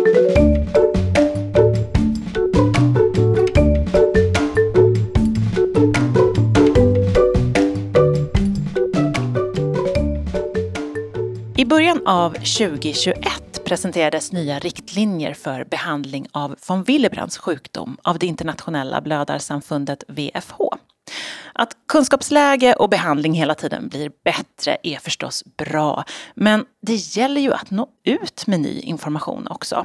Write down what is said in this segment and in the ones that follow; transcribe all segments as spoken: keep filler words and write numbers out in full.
I början av tjugohundratjugoett presenterades nya riktlinjer för behandling av von Willebrands sjukdom av det internationella blödarsamfundet V F H. Att kunskapsläge och behandling hela tiden blir bättre är förstås bra, men det gäller ju att nå ut med ny information också.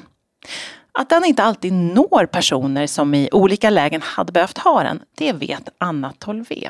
Att den inte alltid når personer som i olika lägen hade behövt ha den, det vet Anna Tolvé.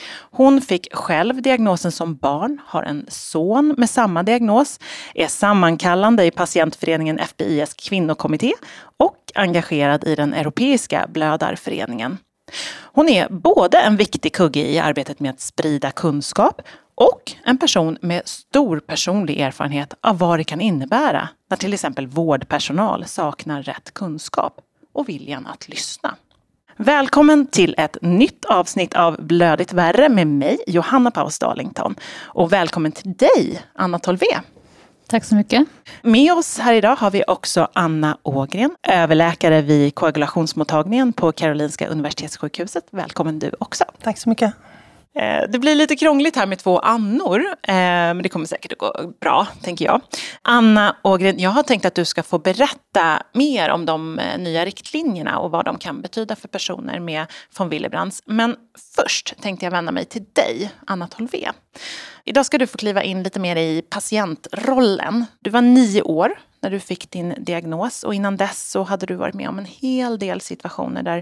Hon fick själv diagnosen som barn, har en son med samma diagnos, är sammankallande i patientföreningen F B I S kvinnokommitté och engagerad i den europeiska blödarföreningen. Hon är både en viktig kugge i arbetet med att sprida kunskap och en person med stor personlig erfarenhet av vad det kan innebära när till exempel vårdpersonal saknar rätt kunskap och viljan att lyssna. Välkommen till ett nytt avsnitt av Blödigt värre med mig, Johanna Paus Darlington. Och välkommen till dig, Anna Tolvé. Tack så mycket. Med oss här idag har vi också Anna Ågren, överläkare vid koagulationsmottagningen på Karolinska Universitetssjukhuset. Välkommen du också. Tack så mycket. Det blir lite krångligt här med två Annor, men det kommer säkert att gå bra, tänker jag. Anna Ågren, jag har tänkt att du ska få berätta mer om de nya riktlinjerna och vad de kan betyda för personer med von Willebrands. Men först tänkte jag vända mig till dig, Anna Tolvé. Idag ska du få kliva in lite mer i patientrollen. Du var nio år när du fick din diagnos och innan dess så hade du varit med om en hel del situationer där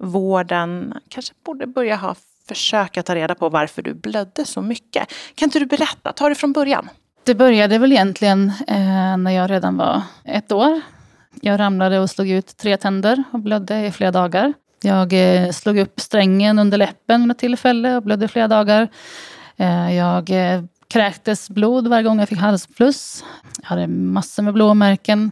vården kanske borde börja ha försöka ta reda på varför du blödde så mycket. Kan inte du berätta? Ta det från början. Det började väl egentligen eh, när jag redan var ett år. Jag ramlade och slog ut tre tänder och blödde i flera dagar. Jag eh, slog upp strängen under läppen vid ett tillfälle och blödde i flera dagar. Eh, jag eh, kräktes blod varje gång jag fick halsfluss. Jag hade massor med blåmärken.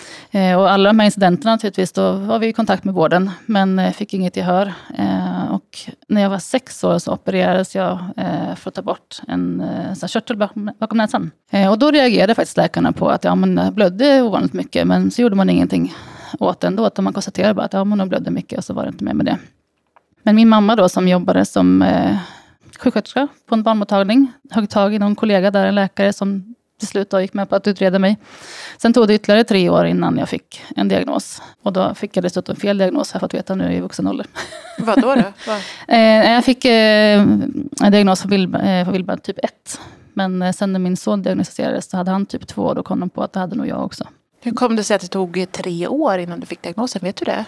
Och alla de här incidenterna naturligtvis, då var vi i kontakt med vården, men fick inget gehör. Och när jag var sex år så opererades jag för att ta bort en sån körtel bakom näsan. Och då reagerade faktiskt läkarna på att ja, man blödde ovanligt mycket, men så gjorde man ingenting åt det ändå. Utan man konstaterade bara att ja, man blödde mycket och så var det inte mer med det. Men min mamma då som jobbade som sjuksköterska på en barnmottagning högg tag i någon kollega där, en läkare som till slut då gick med på att utreda mig. Sen tog det ytterligare tre år innan jag fick en diagnos. Och då fick jag dessutom fel diagnos, har jag fått veta nu i vuxen ålder. Vad då då? Vad? Jag fick en diagnos för Willebrands typ ett. Men sen när min son diagnostiserades så hade han typ två och då kom de på att det hade nog jag också. Hur kom det sig att det tog tre år innan du fick diagnosen? Vet du det?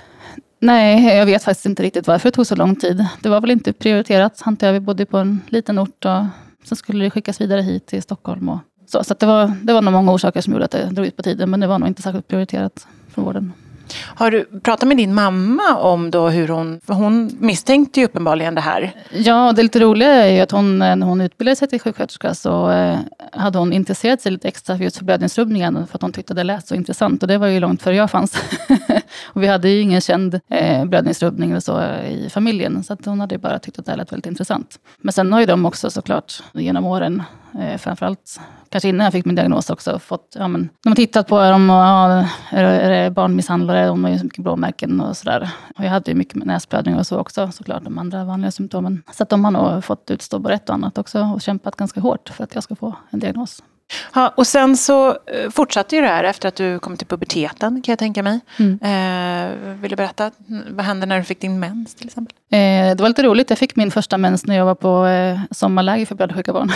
Nej, jag vet faktiskt inte riktigt varför det tog så lång tid. Det var väl inte prioriterat. Antar jag, vi bodde på en liten ort och sen skulle det skickas vidare hit till Stockholm och Så, så att det, var, det var nog många orsaker som gjorde att det drog ut på tiden. Men det var nog inte särskilt prioriterat för vården. Har du pratat med din mamma om då hur hon... För hon misstänkte ju uppenbarligen det här. Ja, det lite roliga är ju att hon, när hon utbildade sig till sjuksköterska så eh, hade hon intresserat sig lite extra för just för blödningsrubbningen. För att hon tyckte det lät så intressant. Och det var ju långt före jag fanns. Och vi hade ju ingen känd eh, blödningsrubbning eller så i familjen. Så att hon hade ju bara tyckt att det lät väldigt intressant. Men sen har ju de också såklart genom åren, eh, framförallt kanske innan jag fick min diagnos också, fått, ja men, de har tittat på dem och ja, är, är det barnmisshandlare, de har ju så mycket blåmärken och sådär. Och jag hade ju mycket näsblödning och så också, såklart de andra vanliga symptomen. Så att de har nog fått utstå både ett och annat också och kämpat ganska hårt för att jag ska få en diagnos. Ja, och sen så fortsatte ju det här efter att du kom till puberteten, kan jag tänka mig. Mm. Eh, vill du berätta, vad hände när du fick din mens till exempel? Eh, det var lite roligt, jag fick min första mens när jag var på eh, sommarläger för blödarsjuka barn.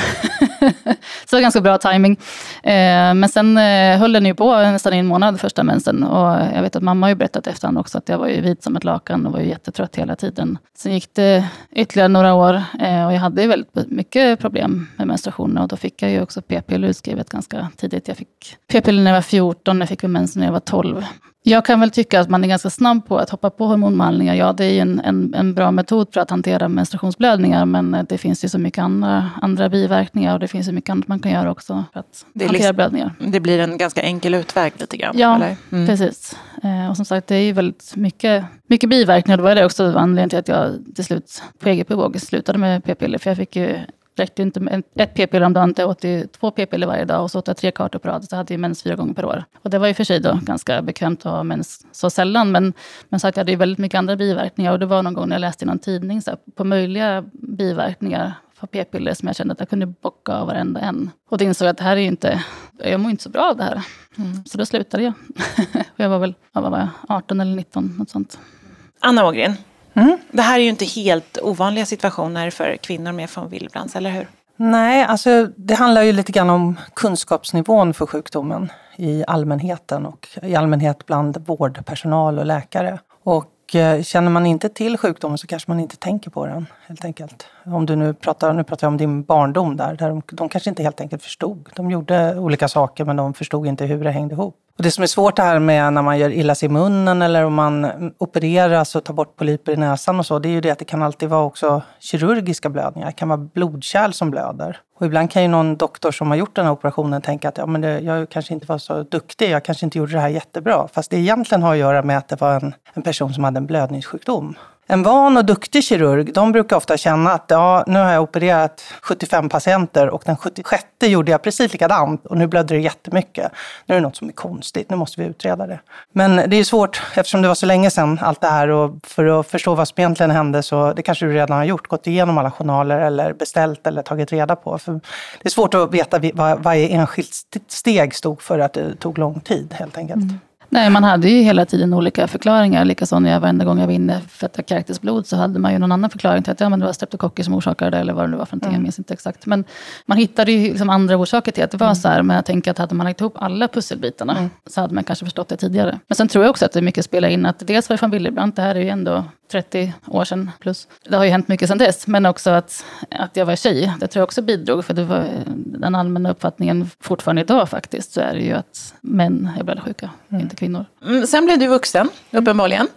Så det var ganska bra timing. Eh, men sen eh, höll den ju på nästan en månad första mensen. Och jag vet att mamma har ju berättat efterhand också att jag var ju vit som ett lakan och var ju jättetrött hela tiden. Sen gick det ytterligare några år eh, och jag hade ju väldigt mycket problem med menstruationen. Och då fick jag ju också p-piller utskrivet ganska tidigt. Jag fick p-piller när jag var fjorton, jag fick mensen när jag var tolv. Jag kan väl tycka att man är ganska snabb på att hoppa på hormonbehandlingar. Ja, det är ju en, en, en bra metod för att hantera menstruationsblödningar. Men det finns ju så mycket andra, andra biverkningar. Och det finns ju mycket annat man kan göra också för att det hantera liksom, blödningar. Det blir en ganska enkel utväg lite grann. Ja, eller? Mm. precis. Eh, och som sagt, det är ju väldigt mycket, mycket biverkningar. Det var det också anledningen till att jag till slut på eget bevåg slutade med p-piller. För jag fick ju räckte inte med ett p-piller om dagen, jag åt ju två p-piller varje dag och så åt jag tre kartor på rad. Så hade jag mens fyra gånger per år. Och det var ju för sig då ganska bekvämt att ha mens så sällan. Men, men så att jag hade ju väldigt mycket andra biverkningar. Och det var någon gång när jag läste i någon tidning så här, på möjliga biverkningar för p-piller som jag kände att jag kunde bocka av varenda en. Och det insåg jag att det här är ju inte, jag mår inte så bra av det här. Mm. Så då slutade jag. jag var väl jag var arton eller nitton, något sånt. Anna Ågren, mm. det här är ju inte helt ovanliga situationer för kvinnor med von Willebrandts, eller hur? Nej, alltså det handlar ju lite grann om kunskapsnivån för sjukdomen i allmänheten och i allmänhet bland vårdpersonal och läkare. Och känner man inte till sjukdomen så kanske man inte tänker på den, helt enkelt. Om du nu pratar, nu pratar jag om din barndom där, där de, de kanske inte helt enkelt förstod. De gjorde olika saker men de förstod inte hur det hängde ihop. Och det som är svårt här med när man gör illa sig i munnen eller om man opereras och tar bort polyper i näsan och så, det är ju det att det kan alltid vara också kirurgiska blödningar. Det kan vara blodkärl som blöder. Och ibland kan ju någon doktor som har gjort den här operationen tänka att ja, men det, jag kanske inte var så duktig, jag kanske inte gjorde det här jättebra. Fast det egentligen har att göra med att det var en, en person som hade en blödningssjukdom. En van och duktig kirurg, de brukar ofta känna att ja, nu har jag opererat sjuttiofem patienter och den sjuttiosjätte gjorde jag precis likadant och nu blöder det jättemycket. Nu är det något som är konstigt, nu måste vi utreda det. Men det är ju svårt eftersom det var så länge sedan allt det här och för att förstå vad som egentligen hände så det kanske du redan har gjort, gått igenom alla journaler eller beställt eller tagit reda på. För det är svårt att veta vad varje enskilt steg stod för att det tog lång tid helt enkelt. Mm. Nej, man hade ju hela tiden olika förklaringar. Likaså när jag varenda gång jag var inne för att ha karaktärsblod så hade man ju någon annan förklaring till att ja, men det var streptokocker som orsakade det eller vad det nu var för någonting, mm. jag minns inte exakt. Men man hittade ju liksom andra orsaker till att det var mm. så här, men jag tänker att hade man lagt ihop alla pusselbitarna mm. så hade man kanske förstått det tidigare. Men sen tror jag också att det mycket spelar in att dels var det von Willebrandts, det här är ju ändå trettio år sedan plus. Det har ju hänt mycket sedan dess, men också att, att jag var tjej. Det tror jag också bidrog, för det var den allmänna uppfattningen fortfarande idag faktiskt, så är det ju att män är blödarsjuka, mm. inte kvinnor. Mm, sen blev du vuxen, uppenbarligen.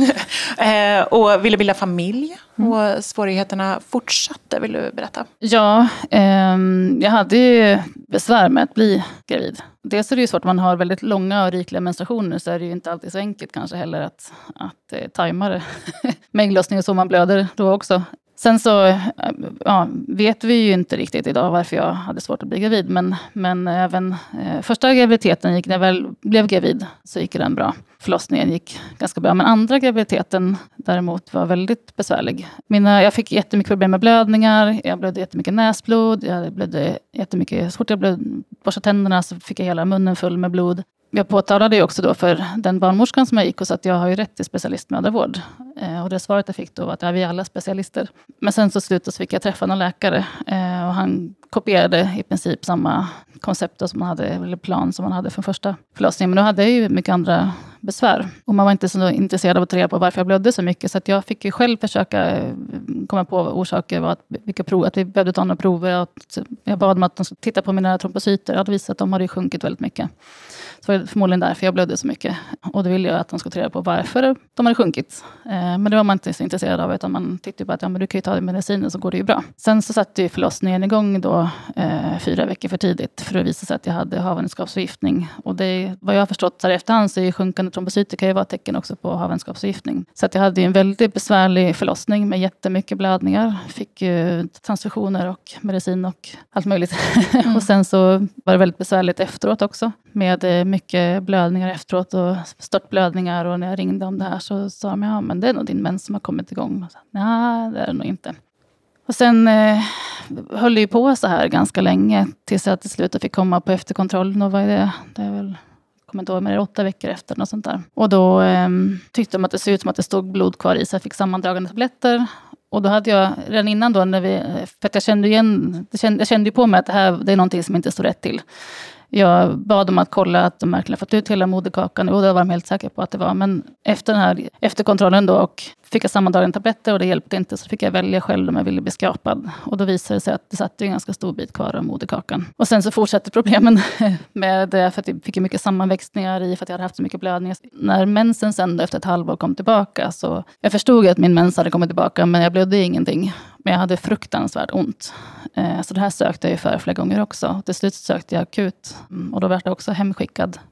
Mm. eh, och ville bilda familj. Mm. Och svårigheterna fortsatte, vill du berätta? Ja, eh, jag hade ju besvär med att bli gravid. Dels är det ju svårt, man har väldigt långa och rikliga menstruationer så är det ju inte alltid så enkelt kanske heller att, att eh, tajma det. Med ägglossning och så man blöder då också. Sen så ja, vet vi ju inte riktigt idag varför jag hade svårt att bli gravid. Men, men även eh, första graviditeten gick, när jag väl blev gravid så gick den bra. Förlossningen gick ganska bra. Men andra graviditeten däremot var väldigt besvärlig. Mina, jag fick jättemycket problem med blödningar. Jag blödde jättemycket näsblod. Jag blödde jättemycket, så fort jag blödde, borstade tänderna så fick jag hela munnen full med blod. Jag påtalade ju också då för den barnmorskan som jag gick hos att jag har ju rätt till specialistmödravård. Eh, och det svaret jag fick då var att ja, vi är alla specialister. Men sen så slutade så fick jag träffa någon läkare eh, och han kopierade i princip samma koncept som man hade, eller plan som man hade för första förlossningen. Men då hade jag ju mycket andra besvär. Och man var inte så intresserad av att ta reda på varför jag blödde så mycket. Så att jag fick ju själv försöka komma på orsaker. Att, vilka prov, att vi behövde ta några prover. Att jag bad dem att de skulle titta på mina trombocyter. Jag hade visat att de hade sjunkit väldigt mycket. Så var det förmodligen därför jag blödde så mycket. Och då ville jag att de skulle ta reda på varför de hade sjunkit. Eh, men det var man inte så intresserad av. Utan man tyckte bara att ja, men du kan ju ta medicinen så går det ju bra. Sen så satte ju förlossningen igång då eh, fyra veckor för tidigt. För att visa sig att jag hade havandeskapsförgiftning. Och det, vad jag har förstått så här efterhand så är sjunkande trombocyter kan ju vara tecken också på havandeskapsförgiftning. Så att jag hade en väldigt besvärlig förlossning med jättemycket blödningar. Fick ju transfusioner och medicin och allt möjligt. Mm. Och sen så var det väldigt besvärligt efteråt också. Med mycket blödningar efteråt och störtblödningar. Och när jag ringde om det här så sa de, ja men det är nog din mens som har kommit igång. Nej, det är det nog inte. Och sen eh, höll jag på så här ganska länge. Tills jag till slut fick komma på efterkontroll. Och vad är det? Det är väl, jag kommer inte ihåg, men det är åtta veckor efter något sånt där. Och då eh, tyckte de att det såg ut som att det stod blod kvar i. Så jag fick sammandragande tabletter. Och då hade jag redan innan då, när vi, för att jag kände igen, jag kände ju på mig att det här det är någonting som inte står rätt till. Jag bad dem att kolla att de verkligen fått ut hela moderkakan. Och det var de helt säkra på att det var. Men efter den här efterkontrollen då och fick jag sammandragande tabletter och det hjälpte inte. Så fick jag välja själv om jag ville bli skrapad. Och då visade det sig att det satt en ganska stor bit kvar av moderkakan. Och sen så fortsatte problemen med det. För att jag fick mycket sammanväxningar i för att jag hade haft så mycket blödningar. När mensen sen efter ett halvår kom tillbaka. Så jag förstod att min mens hade kommit tillbaka. Men jag blödde ingenting. Men jag hade fruktansvärt ont. Så det här sökte jag ju för flera gånger också. Till slut sökte jag akut. Och då var jag också hemskickad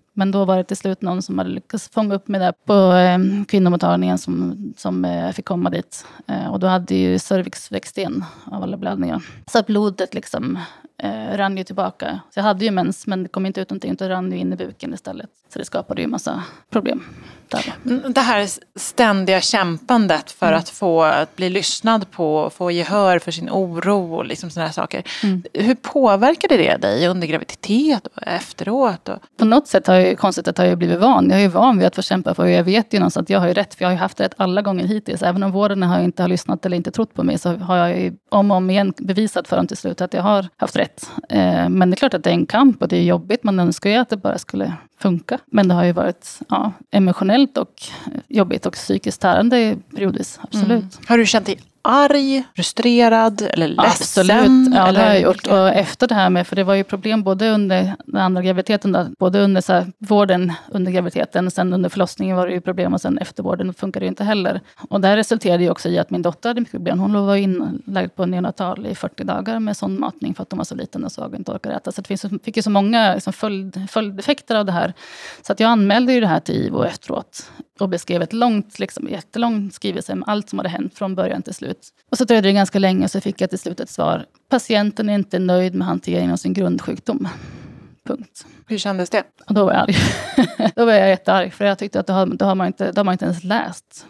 Men då var det till slut någon som hade lyckats fånga upp mig där på eh, kvinnomottagningen som, som eh, fick komma dit. Eh, och då hade ju cervix växt igen av alla blödningar. Så att blodet liksom eh, rann ju tillbaka. Så jag hade ju mens, men det kom inte ut någonting utan det rann ju in i buken istället. Så det skapade ju en massa problem. Där. Det här ständiga kämpandet för mm. att få att bli lyssnad på, få gehör för sin oro och liksom sådana här saker. Mm. Hur påverkade det dig under graviditet och efteråt? Och... På något sätt har jag konstigt att jag har blivit van. Jag är ju van vid att få kämpa för och jag vet ju någonstans att jag har ju rätt. För jag har ju haft rätt alla gånger hittills. Även om vården har inte har lyssnat eller inte trott på mig så har jag ju om och om igen bevisat för dem till slut att jag har haft rätt. Eh, men det är klart att det är en kamp och det är jobbigt. Man önskar ju att det bara skulle funka. Men det har ju varit ja, emotionellt och jobbigt och psykiskt tärande periodvis, absolut. Mm. Har du känt dig arg, frustrerad eller ledsen? Absolut, ja eller? Det har jag gjort. Och efter det här med, för det var ju problem både under den andra graviditeten, då, både under så här, vården under graviditeten, sen under förlossningen var det ju problem och sen efter vården funkade det inte heller. Och det här resulterade ju också i att min dotter hade mycket problem. Hon var inlagd på neonatal i fyrtio dagar med sån matning för att hon var så liten och svag och inte orkade äta. Så det finns, fick ju så många liksom, följd, följdeffekter av det här. Så att jag anmälde ju det här till I V O efteråt och beskrev ett långt, liksom, jättelångt skrivelse med allt som hade hänt från början till slut. Och så dröjde det ganska länge och så fick jag till slut ett svar. Patienten är inte nöjd med hanteringen av sin grundsjukdom. Punkt. Hur kändes det? Och då var jag arg. Då var jag jättearg för jag tyckte att det har, det har, man, inte, det har man inte ens läst.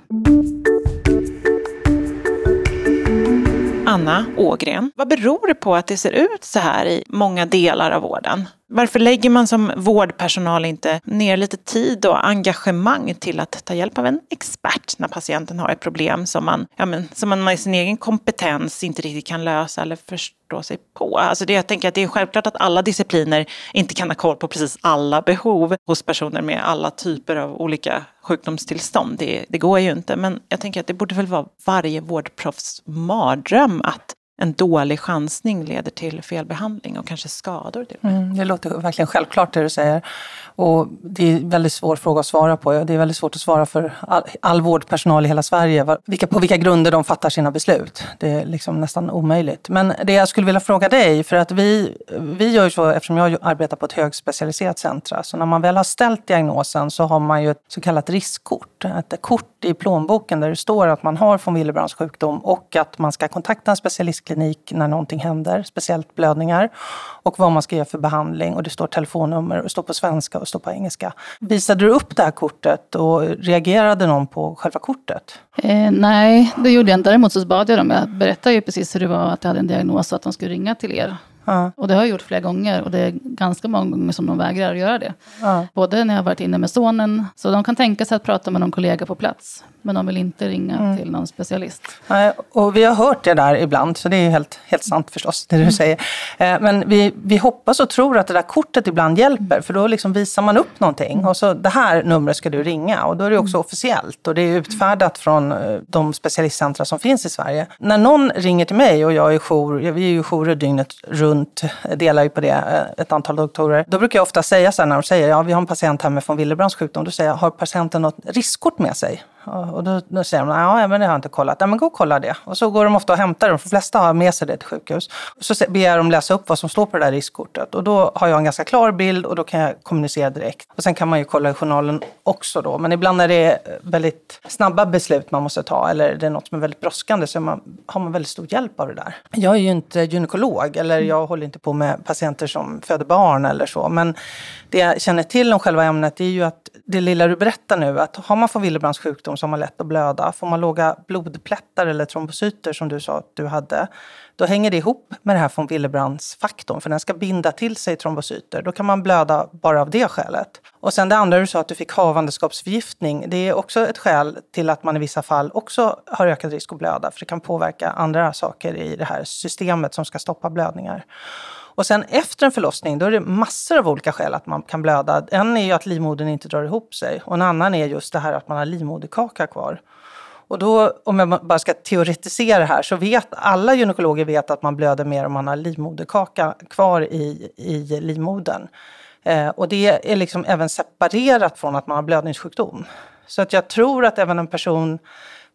Anna Ågren, vad beror det på att det ser ut så här i många delar av vården? Varför lägger man som vårdpersonal inte ner lite tid och engagemang till att ta hjälp av en expert när patienten har ett problem som man, ja men, som man med sin egen kompetens inte riktigt kan lösa eller förstå sig på? Alltså det, jag tänker att det är självklart att alla discipliner inte kan ha koll på precis alla behov hos personer med alla typer av olika sjukdomstillstånd. Det, det går ju inte, men jag tänker att det borde väl vara varje vårdproffs mardröm att en dålig chansning leder till felbehandling och kanske skador. Mm, det låter verkligen självklart det du säger. Och det är en väldigt svår fråga att svara på. Det är väldigt svårt att svara för all, all vårdpersonal i hela Sverige. Vilka, på vilka grunder de fattar sina beslut. Det är liksom nästan omöjligt. Men det jag skulle vilja fråga dig, för att vi, vi gör ju så, eftersom jag arbetar på ett högspecialiserat centra. Så när man väl har ställt diagnosen så har man ju ett så kallat riskkort. Ett kort i plånboken där det står att man har von Willebrandts sjukdom och att man ska kontakta en specialistklinik när någonting händer, speciellt blödningar, och vad man ska göra för behandling. Och det står telefonnummer och det står på svenska och står på engelska. Visade du upp det här kortet och reagerade någon på själva kortet? Eh, nej, det gjorde jag inte. Däremot så bad jag dem. Jag berättade ju precis hur det var att jag hade en diagnos och att de skulle ringa till er. Ja. Och det har jag gjort flera gånger och det är ganska många gånger som de vägrar att göra det. Ja. Både när jag har varit inne med sonen, så de kan tänka sig att prata med någon kollega på plats. Men de vill inte ringa mm. till någon specialist. Nej, och vi har hört det där ibland, så det är helt, helt sant förstås, det du mm. säger. Men vi, vi hoppas och tror att det där kortet ibland hjälper, för då liksom visar man upp någonting. Mm. Och så det här numret ska du ringa, och då är det också mm. officiellt. Och det är utfärdat från de specialistcentra som finns i Sverige. När någon ringer till mig och jag är jour, vi är ju jourer dygnet runt, delar ju på det ett antal doktorer. Då brukar jag ofta säga så här när de säger, ja vi har en patient här med von Willebrandts sjukdom. Då säger jag, har patienten något riskkort med sig? Och då, då säger de, ja men det har jag inte kollat. Ja men gå och kolla det. Och så går de ofta och hämtar det. De flesta har med sig det till sjukhus. Och så begär de läsa upp vad som står på det där riskkortet. Och då har jag en ganska klar bild och då kan jag kommunicera direkt. Och sen kan man ju kolla i journalen också då. Men ibland när det är väldigt snabba beslut man måste ta, eller det är något som är väldigt brådskande, så man, har man väldigt stor hjälp av det där. Jag är ju inte gynekolog, eller jag håller inte på med patienter som föder barn eller så. Men det jag känner till om själva ämnet är ju att det lilla du berättar nu, att har man von Willebrandts sjukdom som har lätt att blöda, får man låga blodplättar eller trombocyter som du sa att du hade, då hänger det ihop med det här von Willebrandts faktorn, för den ska binda till sig trombocyter. Då kan man blöda bara av det skälet. Och sen det andra du sa, att du fick havandeskapsförgiftning, det är också ett skäl till att man i vissa fall också har ökad risk att blöda, för det kan påverka andra saker i det här systemet som ska stoppa blödningar. Och sen efter en förlossning, då är det massor av olika skäl att man kan blöda. En är ju att livmodern inte drar ihop sig. Och en annan är just det här att man har livmoderkaka kvar. Och då, om jag bara ska teoretisera här, så vet alla gynekologer vet att man blöder mer om man har livmoderkaka kvar i, i livmodern. Eh, och det är liksom även separerat från att man har blödningssjukdom. Så att jag tror att även en person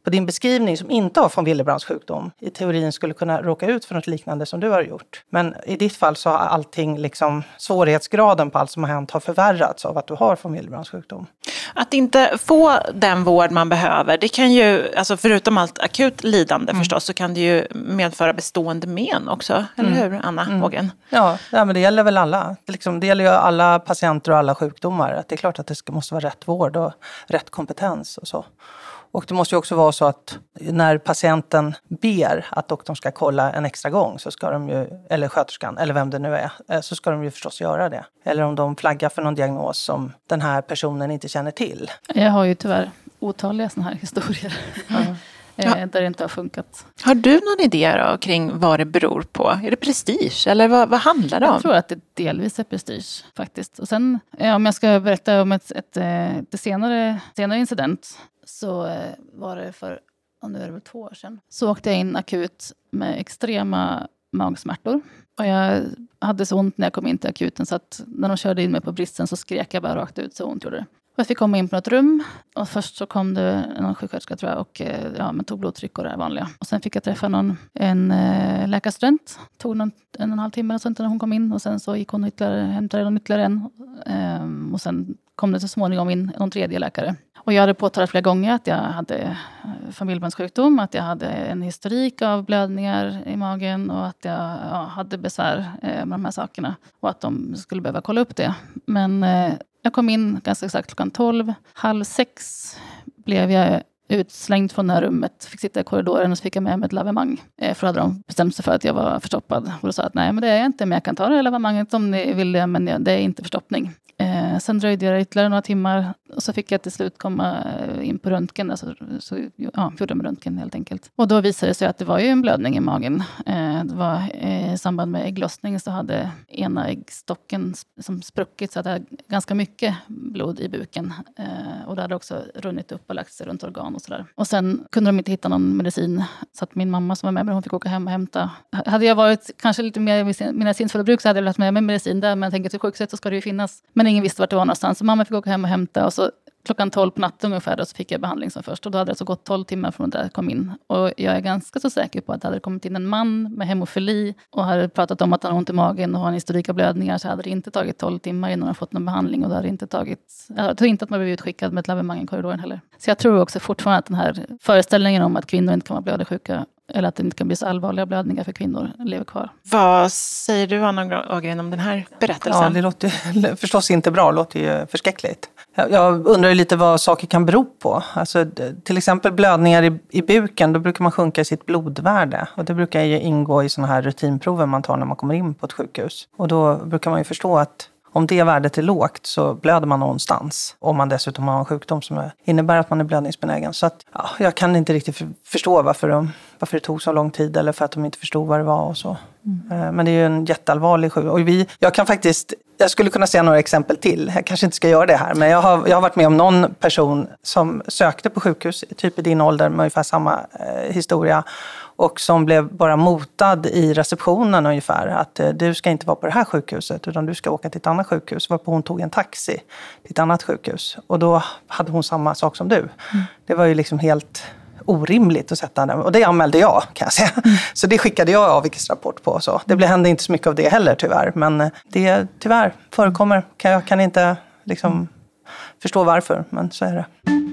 på din beskrivning som inte har von Willebrands sjukdom i teorin skulle kunna råka ut för något liknande som du har gjort. Men i ditt fall så har allting, liksom, svårighetsgraden på allt som har hänt har förvärrats av att du har von Willebrands sjukdom. Att inte få den vård man behöver, det kan ju, alltså förutom allt akut lidande mm. förstås, så kan det ju medföra bestående men också. Eller mm. hur, Anna mm. Ågren? Ja, ja, men det gäller väl alla. Det, liksom, det gäller ju alla patienter och alla sjukdomar. Att det är klart att det ska, måste vara rätt vård och rätt kompetens och så. Och det måste ju också vara så att när patienten ber att doktorn ska kolla en extra gång så ska de ju, eller sköterskan, eller vem det nu är, så ska de ju förstås göra det. Eller om de flaggar för någon diagnos som den här personen inte känner till. Jag har ju tyvärr otaliga sådana här historier. Mm. Ja. Där det inte har funkat. Har du någon idé då kring vad det beror på? Är det prestige eller vad, vad handlar det om? Jag tror att det delvis är prestige faktiskt. Och sen ja, om jag ska berätta om ett, ett, ett, ett senare, senare incident så eh, var det för, och nu är det väl två år sedan, så åkte jag in akut med extrema magsmärtor. Och jag hade så ont när jag kom in till akuten så att när de körde in mig på bristen så skrek jag bara rakt ut, så ont gjorde det. Och jag fick komma in på något rum och först så kom det någon sjuksköterska tror jag och ja, men tog blodtryck och det här vanliga. Och sen fick jag träffa någon, en eh, läkarstudent. Tog någon, en och en halv timme och sånt när hon kom in och sen så gick hon ytterligare, hämtade någon ytterligare en. Ehm, och sen kom det så småningom in någon tredje läkare. Och jag hade påtalat flera gånger att jag hade von Willebrands sjukdom, att jag hade en historik av blödningar i magen och att jag ja, hade besvär eh, med de här sakerna. Och att de skulle behöva kolla upp det. Men eh, jag kom in ganska exakt klockan tolv. Halv sex blev jag utslängd från det här rummet. Fick sitta i korridoren och så fick jag med mig ett lavemang. Eh, för hade de bestämt sig för att jag var förstoppad. Och då sa att nej men det är jag inte, men jag kan ta det lavemanget om ni vill det, men det är inte förstoppning. Eh, sen dröjde det ytterligare några timmar och så fick jag till slut komma in på röntgen. Alltså, så ja, gjorde de röntgen helt enkelt. Och då visade det sig att det var ju en blödning i magen. Eh, det var eh, i samband med ägglossning så hade ena äggstocken som spruckit så att det hade ganska mycket blod i buken. Eh, och det hade också runnit upp och lagt sig runt organ och sådär. Och sen kunde de inte hitta någon medicin så att min mamma som var med mig, hon fick åka hem och hämta. Hade jag varit kanske lite mer medicinsfulla bruk så hade jag lagt med mig medicin där, men jag tänker att i sjukhuset så ska det ju finnas. Men ingen visste vart det var någonstans. Så mamma fick åka hem och hämta och så klockan tolv på natten ungefär då, så fick jag behandling som först. Och då hade det så gått tolv timmar från det jag kom in. Och jag är ganska så säker på att det hade kommit in en man med hemofili och hade pratat om att han har ont i magen och har en historik av blödningar, så hade det inte tagit tolv timmar innan han fått någon behandling. Och det hade inte tagit, jag tror inte att man blev utskickad med ett lavemang i korridoren heller. Så jag tror också fortfarande att den här föreställningen om att kvinnor inte kan vara blödarsjuka eller att det inte kan bli så allvarliga blödningar för kvinnor lever kvar. Vad säger du, Anna Ågren, om den här berättelsen? Ja, det låter förstås inte bra. Det låter ju förskräckligt. Jag undrar lite vad saker kan bero på. Alltså, till exempel blödningar i, i buken, då brukar man sjunka i sitt blodvärde. Och det brukar ju ingå i såna här rutinprover man tar när man kommer in på ett sjukhus. Och då brukar man ju förstå att om det värdet är lågt så blöder man någonstans. Om man dessutom har en sjukdom som innebär att man är blödningsbenägen. Så att, ja, jag kan inte riktigt förstå varför, de, varför det tog så lång tid. Eller för att de inte förstod vad det var och så. Mm. Men det är ju en jätteallvarlig sjukdom. Och vi, jag kan faktiskt, jag skulle kunna säga några exempel till. Jag kanske inte ska göra det här. Men jag har, jag har varit med om någon person som sökte på sjukhus. Typ i din ålder med ungefär samma eh, historia. Och som blev bara motad i receptionen ungefär. Att eh, du ska inte vara på det här sjukhuset utan du ska åka till ett annat sjukhus. Varpå hon tog en taxi till ett annat sjukhus. Och då hade hon samma sak som du. Mm. Det var ju liksom helt orimligt att sätta den. Och det anmälde jag kan jag säga. Mm. Så det skickade jag avvikelserapport på. Så. Det blev hände inte så mycket av det heller tyvärr. Men det tyvärr förekommer. Jag kan inte liksom mm. förstå varför. Men så är det.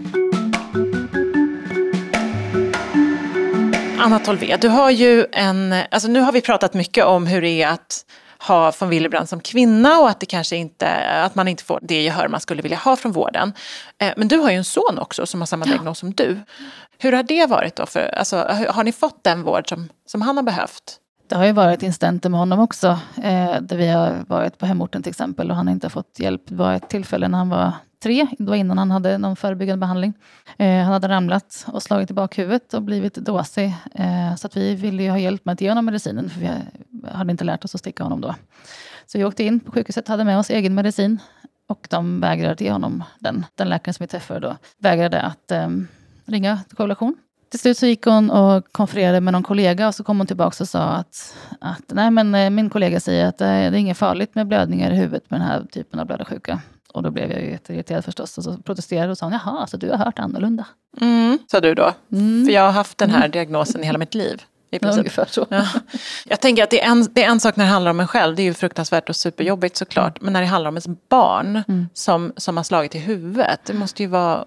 Anna Tolvé, du har ju en, alltså nu har vi pratat mycket om hur det är att ha von Willebrand som kvinna och att det kanske inte, att man inte får det gehör man skulle vilja ha från vården. Men du har ju en son också som har samma diagnos som du. Hur har det varit då? För, alltså, har ni fått den vård som, som han har behövt? Det har ju varit incidenter med honom också. Eh, där vi har varit på hemorten till exempel och han inte har fått hjälp. Det var ett tillfälle när han var tre, det var innan han hade någon förebyggande behandling. Eh, han hade ramlat och slagit i bakhuvudet och blivit dåsig. Eh, så att vi ville ju ha hjälp med att ge honom medicinen för vi hade inte lärt oss att sticka honom då. Så vi åkte in på sjukhuset, hade med oss egen medicin och de vägrade att ge honom den. Den läkaren som vi träffade då vägrade att eh, ringa till koagulation. Till slut så gick hon och konfererade med någon kollega och så kom hon tillbaka och sa att, att nej men min kollega säger att det är inget farligt med blödningar i huvudet med den här typen av blödarsjuka. Och då blev jag ju jätteirriterad förstås. Och så protesterade och sa, jaha, så du har hört annorlunda. Mm, sa du då. Mm. För jag har haft den här diagnosen i hela mitt liv. I Ja, ungefär så. Ja. Jag tänker att det är, en, det är en sak när det handlar om en själv. Det är ju fruktansvärt och superjobbigt såklart. Men när det handlar om ett barn mm. som, som har slagit i huvudet. Det måste ju vara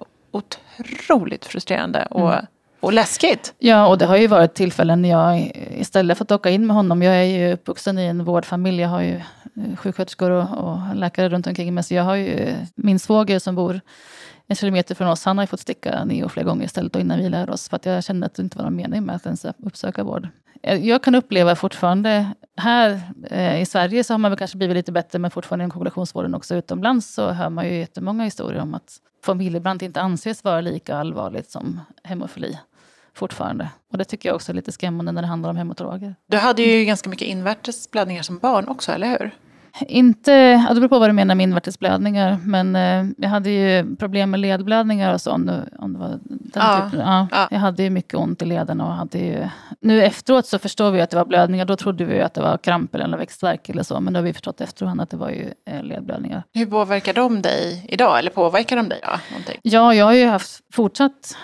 otroligt frustrerande och, mm. och läskigt. Ja, och det har ju varit tillfällen när jag istället för att åka in med honom. Jag är ju uppvuxen i en vårdfamilj. Jag har ju sjuksköterskor och, och läkare runt omkring mig. Så jag har ju min svåger som bor en kilometer från oss. Han har ju fått sticka ner flera gånger istället och innan vi lär oss. För att jag kände att det inte var någon mening med att ens uppsöka vård. Jag kan uppleva fortfarande, här eh, i Sverige så har man väl kanske blivit lite bättre, men fortfarande inom koagulationsvården också utomlands så hör man ju jättemånga historier om att familjebrand inte anses vara lika allvarligt som hemofili fortfarande. Och det tycker jag också är lite skrämmande när det handlar om hematorager. Du hade ju ganska mycket invärtesblödningar som barn också, eller hur? Inte, ja, det beror på vad du menar med invärtesblödningar. Men eh, jag hade ju problem med ledblödningar och så. Om det, om det var den ja, typen. Ja, ja. Jag hade ju mycket ont i leden och hade ju... Nu efteråt så förstår vi att det var blödningar. Då trodde vi att det var kramp eller växtvärk eller så. Men då har vi förstått efterhand att det var ju eh, ledblödningar. Hur påverkar de dig idag? Eller påverkar de dig då? Någonting? Ja, jag har ju haft fortsatt...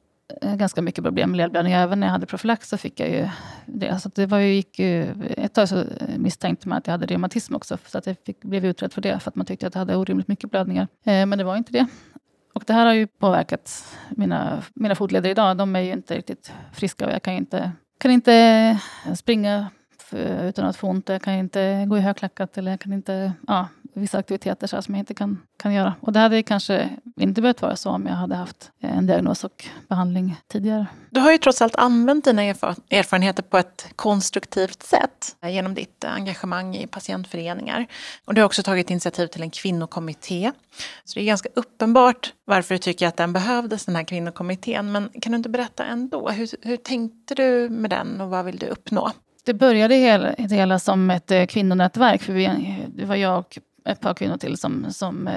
ganska mycket problem med ledblödning. Även när jag hade profylax så fick jag ju det. Alltså det var ju, gick ju, ett tag så misstänkte man att jag hade reumatism också. Så att jag fick, blev utredd för det. För att man tyckte att jag hade orimligt mycket blödningar. Eh, men det var inte det. Och det här har ju påverkat mina, mina fotleder idag. De är ju inte riktigt friska. Och jag kan inte, kan inte springa för, utan att få ont. Jag kan inte gå i högklackat. Eller jag kan inte... Ja, vissa aktiviteter så som jag inte kan, kan göra. Och det hade kanske inte behövt vara så om jag hade haft en diagnos och behandling tidigare. Du har ju trots allt använt dina erfar- erfarenheter på ett konstruktivt sätt genom ditt engagemang i patientföreningar. Och du har också tagit initiativ till en kvinnokommitté. Så det är ganska uppenbart varför du tycker att den behövdes, den här kvinnokommittén. Men kan du inte berätta ändå? Hur, hur tänkte du med den och vad vill du uppnå? Det började hela, det hela som ett kvinnonätverk. För vi, det var jag och ett par kvinnor till som, som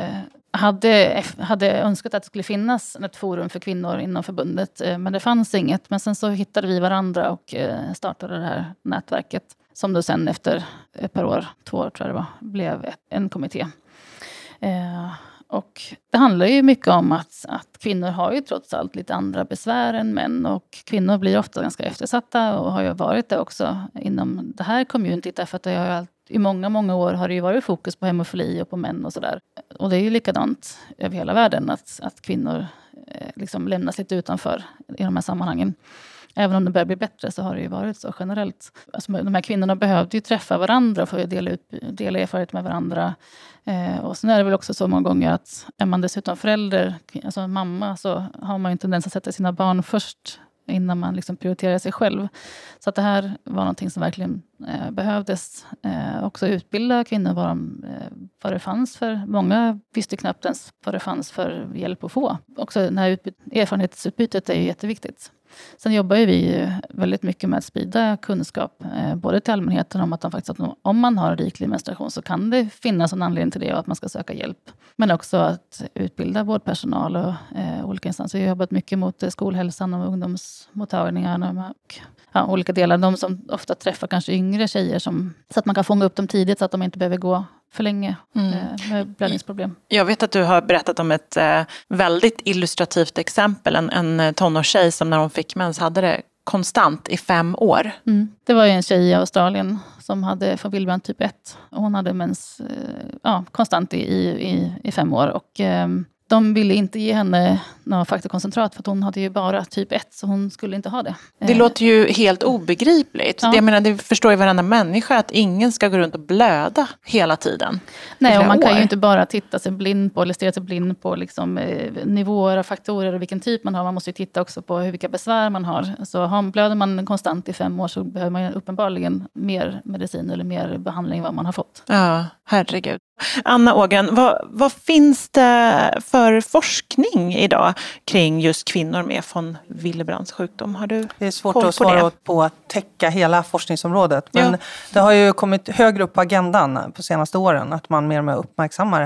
hade, hade önskat att det skulle finnas ett forum för kvinnor inom förbundet. Men det fanns inget. Men sen så hittade vi varandra och startade det här nätverket. Som då sen efter ett par år, två år tror jag det var, blev en kommitté. Och det handlar ju mycket om att, att kvinnor har ju trots allt lite andra besvär än män. Och kvinnor blir ofta ganska eftersatta och har ju varit det också inom det här communityt. Därför att det har ju i många, många år har det ju varit fokus på hemofili och på män och sådär. Och det är ju likadant över hela världen att, att kvinnor eh, liksom lämnas lite utanför i de här sammanhangen. Även om det börjar bli bättre så har det ju varit så generellt. Alltså, de här kvinnorna behövde ju träffa varandra för att dela, ut, dela erfarenhet med varandra. Eh, och sen är det väl också så många gånger att är man dessutom förälder, alltså mamma, så har man ju en tendens att sätta sina barn först innan man liksom prioriterar sig själv. Så att det här var någonting som verkligen eh, behövdes. Eh, också utbilda kvinnor vad, de, eh, vad det fanns för. Många visste knappt ens vad det fanns för hjälp att få. Också det här utbyt- erfarenhetsutbytet är ju jätteviktigt. Sen jobbar ju vi väldigt mycket med att sprida kunskap eh, både till allmänheten om att de faktiskt, att om man har riklig menstruation så kan det finnas en anledning till det och att man ska söka hjälp. Men också att utbilda vårdpersonal och eh, olika instanser. Vi har jobbat mycket mot eh, skolhälsan och ungdomsmottagningarna och ja, olika delar. De som ofta träffar kanske yngre tjejer som, så att man kan fånga upp dem tidigt så att de inte behöver gå för länge mm. eh, med blödningsproblem. Jag vet att du har berättat om ett eh, väldigt illustrativt exempel. En, en tonårstjej som när hon fick mens hade det konstant i fem år. Mm. Det var ju en tjej i Australien som hade familjebrand typ ett. Och hon hade mens eh, ja, konstant i, i, i fem år. Och eh, de ville inte ge henne några faktorkoncentrat för att hon hade ju bara typ ett så hon skulle inte ha det. Det låter ju helt obegripligt. Ja. Jag menar, det förstår ju varenda människa att ingen ska gå runt och blöda hela tiden. Nej, och man år. kan ju inte bara titta sig blind på eller stirra sig blind på liksom, eh, nivåer och faktorer och vilken typ man har. Man måste ju titta också på hur, vilka besvär man har. Så har, blöder man konstant i fem år så behöver man uppenbarligen mer medicin eller mer behandling än vad man har fått. Ja, herregud. Anna Ågren, vad, vad finns det för forskning idag kring just kvinnor med von Willebrands sjukdom? Har du Det är svårt att svara det? på att täcka hela forskningsområdet. Men ja. det har ju kommit högre upp på agendan på senaste åren att man mer och mer uppmärksammar det här.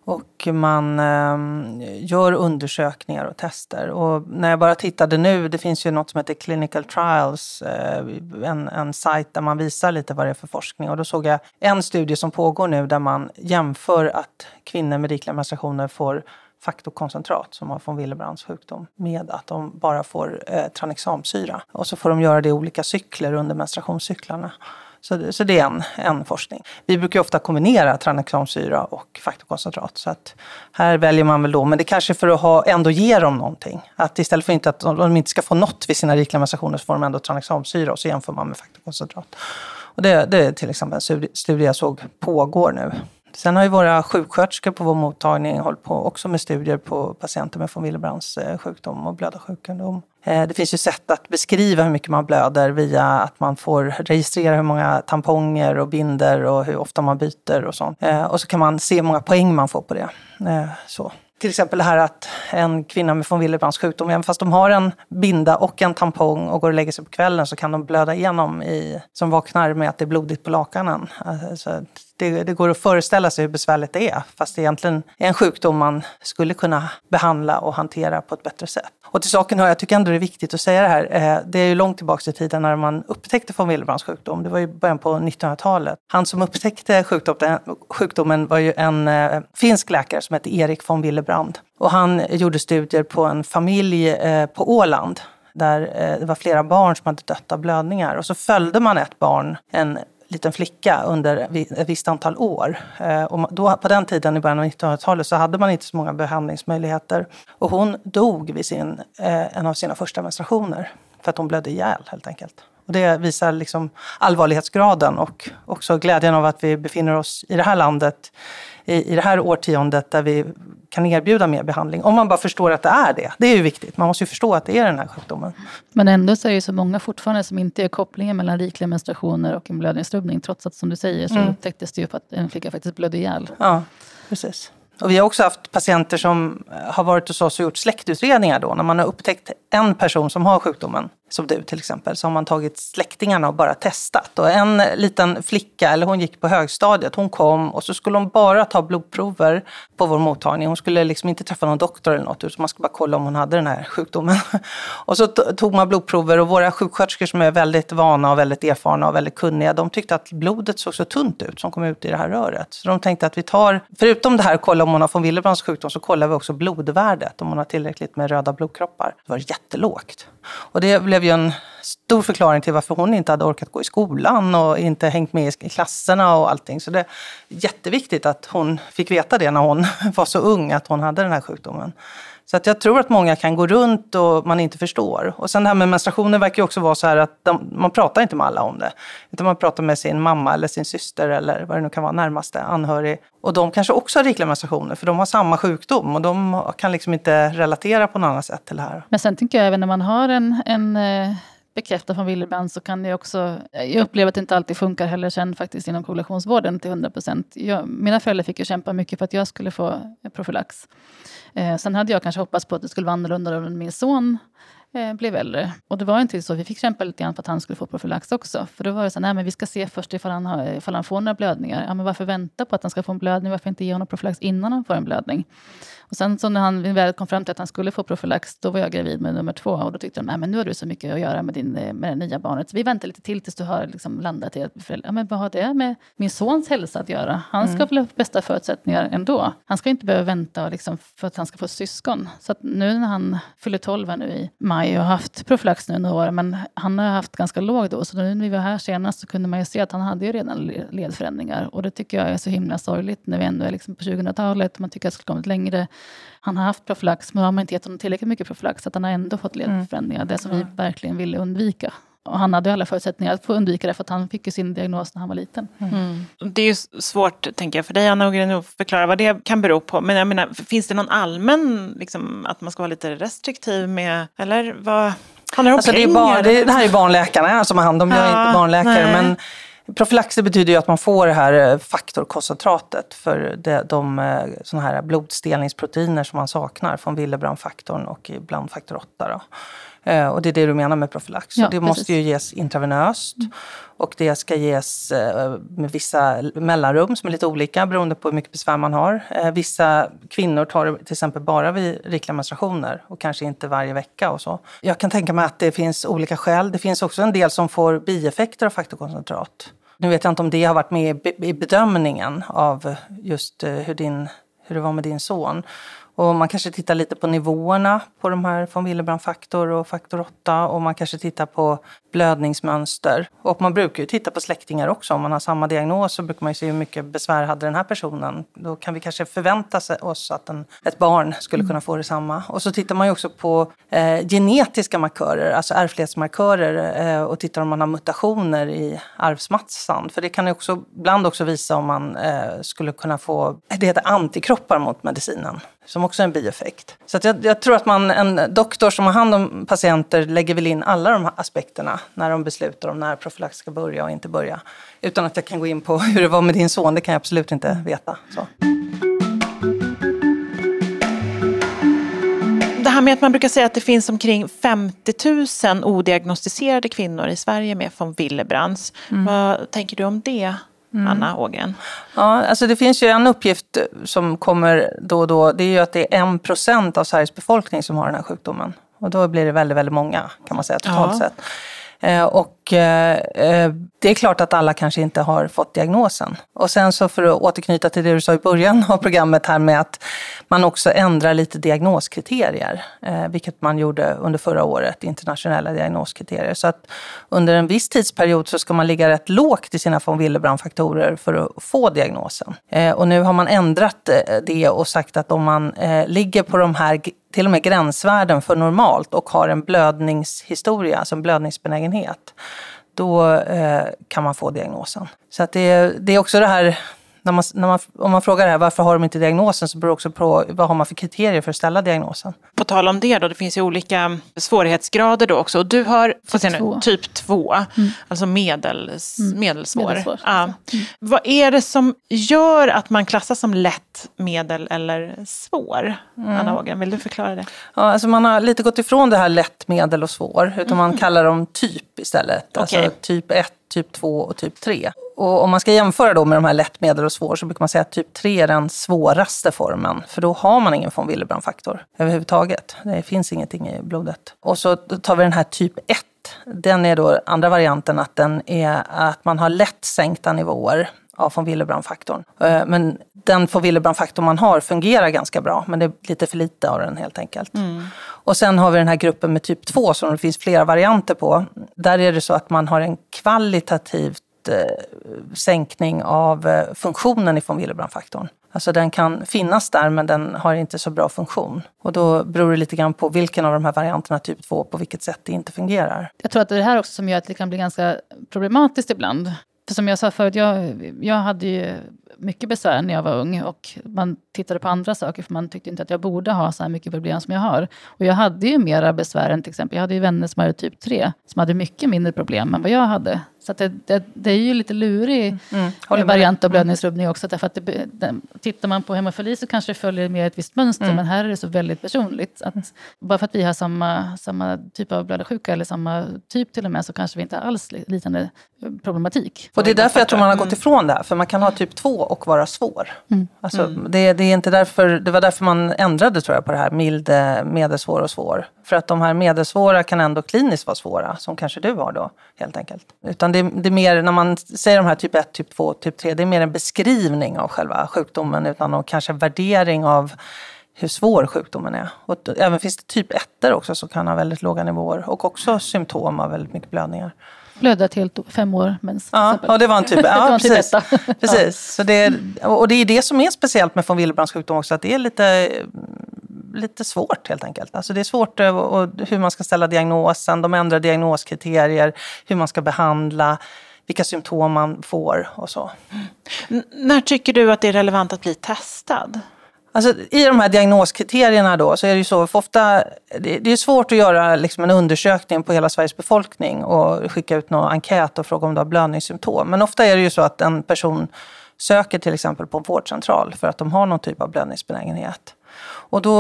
Och man eh, gör undersökningar och tester. Och när jag bara tittade nu, det finns ju något som heter Clinical Trials, eh, en, en sajt där man visar lite vad det är för forskning. Och då såg jag en studie som pågår nu där man jämför att kvinnor med rikliga menstruationer får faktorkoncentrat som har von Willebrands sjukdom med att de bara får eh, tranexamsyra. Och så får de göra det i olika cykler under menstruationscyklarna. Så, så det är en, en forskning. Vi brukar ju ofta kombinera tranexamsyra och faktorkoncentrat. Så att här väljer man väl då, men det kanske för att ha, ändå ge dem någonting. Att istället för inte att de inte ska få något vid sina rikliga menstruationer så får de ändå tranexamsyra och så jämför man med faktorkoncentrat. Och det, det är till exempel en studie jag såg pågår nu. Sen har ju våra sjuksköterskor på vår mottagning hållit på också med studier på patienter med von Willebrands sjukdom och blödarsjukdom. Det finns ju sätt att beskriva hur mycket man blöder via att man får registrera hur många tamponger och binder och hur ofta man byter och sånt. Och så kan man se hur många poäng man får på det. Så. Till exempel det här att en kvinna med von Willebrands sjukdom, även fast de har en binda och en tampong och går och lägger sig på kvällen så kan de blöda igenom i, som vaknar med att det är blodigt på lakanen. Alltså, det, det går att föreställa sig hur besvärligt det är, fast det egentligen är en sjukdom man skulle kunna behandla och hantera på ett bättre sätt. Och till saken hör jag tycker ändå det är viktigt att säga det här. Det är ju långt tillbaka i tiden när man upptäckte von Willebrands sjukdom. Det var ju början på nittonhundratalet. Han som upptäckte sjukdomen, sjukdomen var ju en eh, finsk läkare som hette Erik von Willebrand. Och han gjorde studier på en familj eh, på Åland där eh, det var flera barn som hade dött av blödningar. Och så följde man ett barn, en liten flicka, under ett visst antal år. Och då, på den tiden i början av nittonhundratalet så hade man inte så många behandlingsmöjligheter. Och hon dog vid sin, en av sina första menstruationer för att hon blödde ihjäl helt enkelt. Och det visar liksom allvarlighetsgraden och också glädjen av att vi befinner oss i det här landet, i, i det här årtiondet där vi kan erbjuda mer behandling. Om man bara förstår att det är det. Det är ju viktigt. Man måste ju förstå att det är den här sjukdomen. Men ändå så är det så många fortfarande som inte är kopplingen mellan rikliga menstruationer och en blödningsrubbning. Trots att, som du säger, så mm. upptäcktes det ju på att en flicka faktiskt blödde ihjäl. Ja, precis. Och vi har också haft patienter som har varit hos oss och gjort släktutredningar då. När man har upptäckt en person som har sjukdomen, som du till exempel, så har man tagit släktingarna och bara testat. Och en liten flicka, eller hon gick på högstadiet, hon kom och så skulle hon bara ta blodprover på vår mottagning. Hon skulle liksom inte träffa någon doktor eller något, utan man skulle bara kolla om hon hade den här sjukdomen. Och så tog man blodprover och våra sjuksköterskor som är väldigt vana och väldigt erfarna och väldigt kunniga, de tyckte att blodet såg så tunt ut som kom ut i det här röret. Så de tänkte att vi tar, förutom det här kolla om hon har von Willebrands sjukdom, så kollar vi också blodvärdet, om hon har tillräckligt med röda blodkroppar. Det var jättelågt. Och det blev ju en stor förklaring till varför hon inte hade orkat gå i skolan och inte hängt med i klasserna och allting. Så det är jätteviktigt att hon fick veta det när hon var så ung, att hon hade den här sjukdomen. Så att jag tror att många kan gå runt och man inte förstår. Och sen det här med menstruationer verkar ju också vara så här att de, man pratar inte med alla om det. Utan man pratar med sin mamma eller sin syster eller vad det nu kan vara, närmaste anhörig. Och de kanske också har rikliga menstruationer för de har samma sjukdom. Och de kan liksom inte relatera på något annat sätt till det här. Men sen tänker jag även när man har en... en eh... bekräftad von Willebrand så kan det också, jag upplever att det inte alltid funkar heller sen faktiskt inom koagulationsvården till hundra procent. Jag, mina föräldrar fick ju kämpa mycket för att jag skulle få profylax. Eh, sen hade jag kanske hoppats på att det skulle vara annorlunda när min son eh, blev äldre. Och det var inte så, vi fick kämpa lite grann för att han skulle få profylax också. För då var det så, nej men vi ska se först ifall han, har, ifall han får några blödningar. Ja men varför vänta på att han ska få en blödning? Varför inte ge honom profylax innan han får en blödning? Och sen så när han väl kom fram till att han skulle få profylax, då var jag gravid med nummer två. Och då tyckte de, nej men nu har du så mycket att göra med, din, med det nya barnet. Så vi väntar lite till tills du har liksom landat i att föräldrar, ja men vad har det med min sons hälsa att göra? Han ska mm. väl ha bästa förutsättningar ändå. Han ska inte behöva vänta liksom för att han ska få syskon. Så att nu när han fyller tolv nu i maj och har haft profylax nu några år, men han har haft ganska låg då. Så nu när vi var här senast så kunde man ju se att han hade ju redan ledförändringar. Och det tycker jag är så himla sorgligt när vi ändå är liksom på tjugohundratalet. Man tycker att det skulle kommit längre. Han har haft profylax, men har man inte gett honom tillräckligt mycket profylax så att han har ändå fått ledförändringar. Mm. Det som vi verkligen ville undvika. Och han hade alla förutsättningar att få undvika det för att han fick ju sin diagnos när han var liten. Mm. Mm. Det är ju svårt, tänker jag, för dig Anna Ågren att förklara vad det kan bero på. Men jag menar, finns det någon allmän, liksom, att man ska vara lite restriktiv med, eller vad handlar det om alltså, pengar? Det, är bar, det, det här är barnläkarna som har hand om, jag är inte barnläkare, nej. Men profylax betyder ju att man får det här faktorkoncentratet för de, de såna här blodstelningsproteiner som man saknar från Willebrand-faktorn och ibland faktor åtta då. Och det är det du menar med profylax. Ja, det måste ju ges intravenöst. Mm. Och det ska ges med vissa mellanrum som är lite olika beroende på hur mycket besvär man har. Vissa kvinnor tar det till exempel bara vid rikliga menstruationer och kanske inte varje vecka och så. Jag kan tänka mig att det finns olika skäl. Det finns också en del som får bieffekter av faktorkoncentrat. Nu vet jag inte om det har varit med i bedömningen av just hur, din, hur det var med din son. Och man kanske tittar lite på nivåerna på de här von Willebrand-faktor och faktor åtta. Och man kanske tittar på blödningsmönster. Och man brukar ju titta på släktingar också. Om man har samma diagnos så brukar man ju se hur mycket besvär hade den här personen. Då kan vi kanske förvänta oss att en, ett barn skulle kunna få detsamma. Och så tittar man ju också på eh, genetiska markörer, alltså ärftlighetsmarkörer. Eh, och tittar om man har mutationer i arvsmassan. För det kan ju också ibland också visa om man eh, skulle kunna få, det heter antikroppar mot medicinen. Som också är en bieffekt. Så att jag, jag tror att man, en doktor som har hand om patienter lägger väl in alla de här aspekterna när de beslutar om när profylax ska börja och inte börja. Utan att jag kan gå in på hur det var med din son, det kan jag absolut inte veta. Så. Det här med att man brukar säga att det finns omkring femtio tusen odiagnostiserade kvinnor i Sverige med von Willebrands. Mm. Vad tänker du om det? Mm. Anna Ågren. Ja, alltså det finns ju en uppgift som kommer då och då. Det är ju att det är en procent av Sveriges befolkning som har den här sjukdomen. Och då blir det väldigt, väldigt många kan man säga totalt ja. sett. Eh, och eh, det är klart att alla kanske inte har fått diagnosen. Och sen så för att återknyta till det du sa i början av programmet här med att man också ändrar lite diagnoskriterier. Eh, vilket man gjorde under förra året, internationella diagnoskriterier. Så att under en viss tidsperiod så ska man ligga rätt lågt i sina von Willebrand-faktorer för att få diagnosen. Eh, och nu har man ändrat det och sagt att om man eh, ligger på de här till och med gränsvärden för normalt och har en blödningshistoria, alltså en blödningsbenägenhet, då eh, kan man få diagnosen. Så att det, det är också det här, när man, när man, om man frågar det här, varför har de inte diagnosen, så beror det också på vad har man för kriterier för att ställa diagnosen. På tal om det då, det finns ju olika svårighetsgrader då också. Och du har typ se nu, typ två, mm. alltså medels, mm. medelsvår. medelsvår. Ja. Mm. Vad är det som gör att man klassas som lätt, medel eller svår? Mm. Anna Ågren, vill du förklara det? Ja, alltså man har lite gått ifrån det här lätt, medel och svår, utan mm. man kallar dem typ istället. Alltså okay. typ ett, typ två och typ tre. Och om man ska jämföra då med de här lätt, medel och svår, så brukar man säga att typ tre är den svåraste formen. För då har man ingen von Willebrand-faktor överhuvudtaget. Det finns ingenting i blodet. Och så tar vi den här typ ett. Den är då andra varianten, att, den är, att man har lätt sänkta nivåer av von Willebrand-faktorn. Men den von Willebrand-faktorn man har fungerar ganska bra, men det är lite för lite av den helt enkelt. Mm. Och sen har vi den här gruppen med typ två som det finns flera varianter på. Där är det så att man har en kvalitativt sänkning av funktionen i von Willebrand-faktorn. Alltså den kan finnas där, men den har inte så bra funktion. Och då beror det lite grann på vilken av de här varianterna typ två, på vilket sätt det inte fungerar. Jag tror att det är det här också som gör att det kan bli ganska problematiskt ibland. För som jag sa förut, jag, jag hade ju mycket besvär när jag var ung. Och man tittade på andra saker, för man tyckte inte att jag borde ha så här mycket problem som jag har. Och jag hade ju mera besvär än till exempel. Jag hade ju vänner som hade typ tre, som hade mycket mindre problem än vad jag hade. Så att det, det, det är ju lite lurig mm. variant av blödningsrubbning också. Därför att det, det, tittar man på hemofili så kanske det följer med ett visst mönster. Mm. Men här är det så väldigt personligt. Att bara för att vi har samma, samma typ av blödarsjuka eller samma typ till och med, så kanske vi inte har alls liknande problematik. Och det är därför jag tror man har gått ifrån det här. För man kan ha typ två och vara svår. Mm. Alltså, mm. Det, det, är inte därför, det var därför man ändrade tror jag på det här mild, medelsvår och svår. För att de här medelsvåra kan ändå kliniskt vara svåra, som kanske du har då helt enkelt. Utan det, det är mer, när man säger de här typ ett, typ två, typ tre, det är mer en beskrivning av själva sjukdomen, utan någon kanske värdering av hur svår sjukdomen är. Och även finns det typ ettor också som kan ha väldigt låga nivåer och också symptom av väldigt mycket blödningar. Blödat helt fem år. Men ja, ja, det var en typ, ja, precis. precis. Så det, och det är det som är speciellt med von Willebrands sjukdom också, att det är lite, lite svårt helt enkelt. Alltså det är svårt och hur man ska ställa diagnosen, de ändrar diagnoskriterier, hur man ska behandla, vilka symptom man får och så. N- när tycker du att det är relevant att bli testad? Alltså, i de här diagnoskriterierna då, så är det ju så, för ofta, det är svårt att göra liksom en undersökning på hela Sveriges befolkning och skicka ut någon enkät och fråga om du har blödningssymptom. Men ofta är det ju så att en person söker till exempel på en vårdcentral för att de har någon typ av blödningsbenägenhet. Och då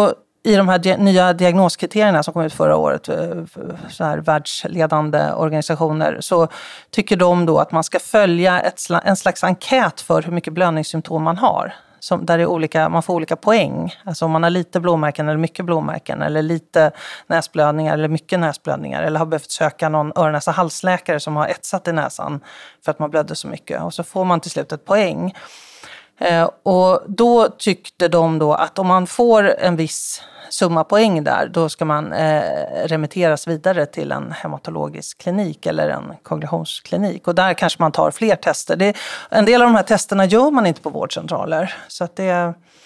i de här di- nya diagnoskriterierna som kom ut förra året, så här världsledande organisationer, så tycker de då att man ska följa ett sla- en slags enkät för hur mycket blödningssymptom man har. Som, där det är olika, man får olika poäng. Alltså om man har lite blåmärken eller mycket blåmärken, eller lite näsblödningar eller mycket näsblödningar, eller har behövt söka någon öron-, näsa-, halsläkare som har etsat i näsan för att man blödde så mycket. Och så får man till slut ett poäng. Eh, och då tyckte de då att om man får en viss summa poäng där, då ska man eh, remitteras vidare till en hematologisk klinik eller en koagulationsklinik. Och där kanske man tar fler tester. Det, en del av de här testerna gör man inte på vårdcentraler. Så att det,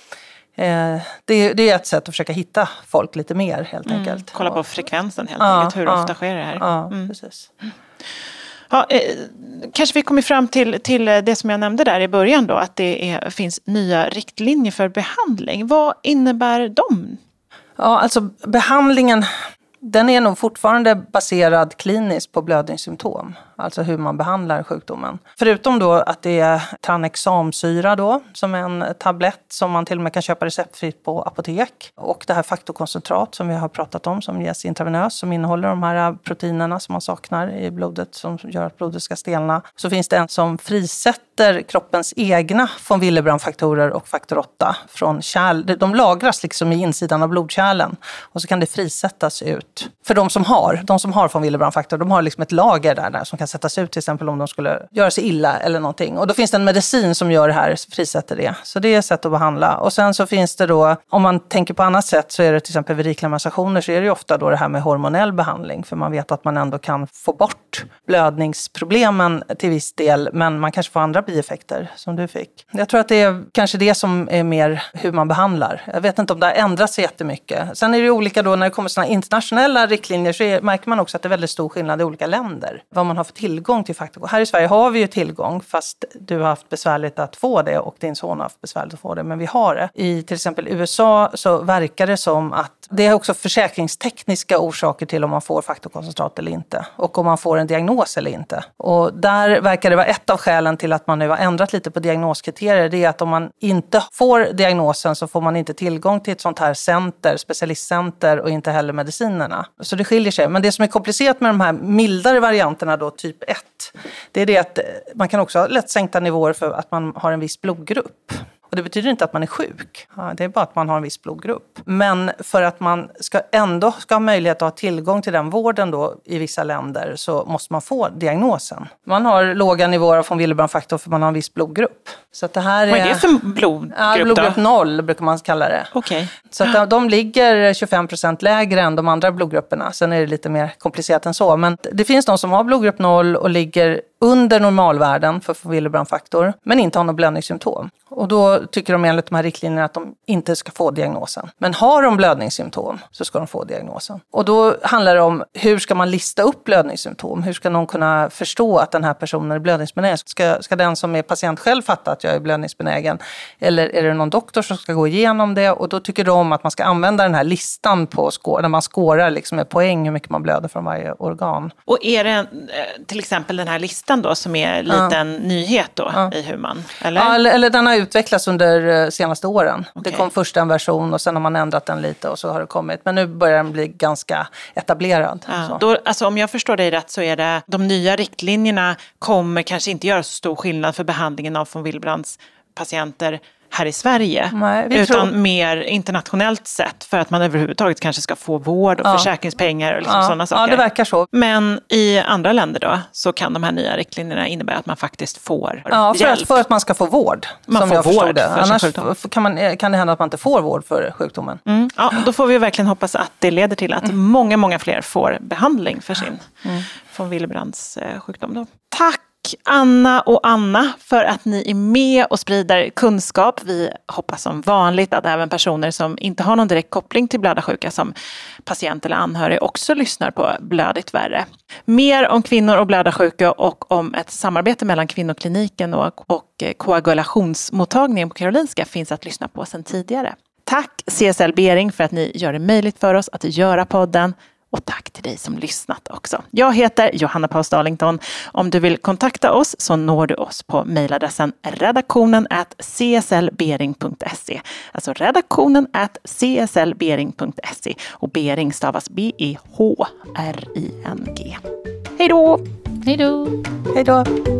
eh, det, det är ett sätt att försöka hitta folk lite mer helt mm. enkelt. Kolla på frekvensen helt ja, enkelt. Hur ja, ofta sker det här? Ja, mm. precis. Ja, eh, kanske vi kommer fram till, till det som jag nämnde där i början då, att det är, finns nya riktlinjer för behandling. Vad innebär de? Ja, alltså behandlingen, den är nog fortfarande baserad kliniskt på blödningssymptom. Alltså hur man behandlar sjukdomen. Förutom då att det är tranexamsyra då, som är en tablett som man till och med kan köpa receptfritt på apotek. Och det här faktorkoncentrat som vi har pratat om, som ges intravenöst, som innehåller de här proteinerna som man saknar i blodet, som gör att blodet ska stelna. Så finns det en som frisätter kroppens egna von Willebrand-faktorer och faktor åtta från kärl. De lagras liksom i insidan av blodkärlen och så kan det frisättas ut. För de som har, de som har von Willebrand-faktor, de har liksom ett lager där, där som kan sättas ut till exempel om de skulle göra sig illa eller någonting. Och då finns det en medicin som gör det här, frisätter det. Så det är ett sätt att behandla. Och sen så finns det då, om man tänker på annat sätt, så är det till exempel vid riklammassationer, så är det ju ofta då det här med hormonell behandling. För man vet att man ändå kan få bort blödningsproblemen till viss del, men man kanske får andra bieffekter som du fick. Jag tror att det är kanske det som är mer hur man behandlar. Jag vet inte om det har ändrats så jättemycket. Sen är det ju olika då, när det kommer sådana internationella riktlinjer, så är, märker man också att det är väldigt stor skillnad i olika länder. Vad man har för tillgång till faktor. Här i Sverige har vi ju tillgång, fast du har haft besvärligt att få det och din son har haft besvärligt att få det, men vi har det. I till exempel U S A så verkar det som att det är också försäkringstekniska orsaker till om man får faktorkoncentrat eller inte. Och om man får en diagnos eller inte. Och där verkar det vara ett av skälen till att man nu har ändrat lite på diagnoskriterier. Det är att om man inte får diagnosen så får man inte tillgång till ett sånt här center, specialistcenter, och inte heller medicinerna. Så det skiljer sig. Men det som är komplicerat med de här mildare varianterna då, typ ett, det är det att man kan också ha lätt sänkta nivåer för att man har en viss blodgrupp. Och det betyder inte att man är sjuk. Ja, det är bara att man har en viss blodgrupp. Men för att man ska ändå ska ha möjlighet att ha tillgång till den vården då i vissa länder, så måste man få diagnosen. Man har låga nivåer av von Willebrand-faktor för man har en viss blodgrupp. Så att det här är... Vad är det för blodgrupp då? Ja, blodgrupp noll brukar man kalla det. Okay. Så att de, de ligger tjugofem procent lägre än de andra blodgrupperna. Sen är det lite mer komplicerat än så. Men det finns de som har blodgrupp noll och ligger under normalvärden för von Willebrand-faktor, men inte har någon blödningssymptom. Och då tycker de enligt de här riktlinjerna att de inte ska få diagnosen. Men har de blödningssymptom så ska de få diagnosen. Och då handlar det om hur ska man lista upp blödningssymptom? Hur ska någon kunna förstå att den här personen är blödningsbenägen? Ska, ska den som är patient själv fatta att jag är blödningsbenägen? Eller är det någon doktor som ska gå igenom det? Och då tycker de att man ska använda den här listan på skår, när man skårar liksom med poäng hur mycket man blöder från varje organ. Och är det till exempel den här listan då som är en liten ja. nyhet då ja. i hur man, eller? Ja, eller, eller den har utvecklats under senaste åren. Okay. Det kom först en version och sen har man ändrat den lite och så har det kommit. Men nu börjar den bli ganska etablerad. Ja. Då, alltså, om jag förstår dig rätt så är det de nya riktlinjerna kommer kanske inte göra så stor skillnad för behandlingen av von Willebrands patienter här i Sverige, Nej, utan tror... mer internationellt sett för att man överhuvudtaget kanske ska få vård och ja. försäkringspengar och liksom ja. sådana saker. Ja, det verkar så. Men i andra länder då så kan de här nya riktlinjerna innebära att man faktiskt får ja, för hjälp. Att, för att man ska få vård. Man som får jag vård det. för Annars sin sjukdom. kan, man, kan det hända att man inte får vård för sjukdomen. Mm. Ja, då får vi verkligen hoppas att det leder till att mm. många, många fler får behandling för sin mm. von Willebrands eh, sjukdom då. Tack Anna och Anna för att ni är med och sprider kunskap. Vi hoppas som vanligt att även personer som inte har någon direkt koppling till blödarsjuka som patient eller anhörig också lyssnar på Blödigt värre. Mer om kvinnor och blödarsjuka och om ett samarbete mellan kvinnokliniken och, och koagulationsmottagningen på Karolinska finns att lyssna på sedan tidigare. Tack C S L Bering för att ni gör det möjligt för oss att göra podden. Och tack till dig som lyssnat också. Jag heter Johanna Paus Darlington. Om du vill kontakta oss så når du oss på mejladressen redaktionen at cslbering punkt se. Alltså redaktionen at cslbering punkt se. Och Bering stavas B E H R I N G. Hej då! Hej då! Hej då!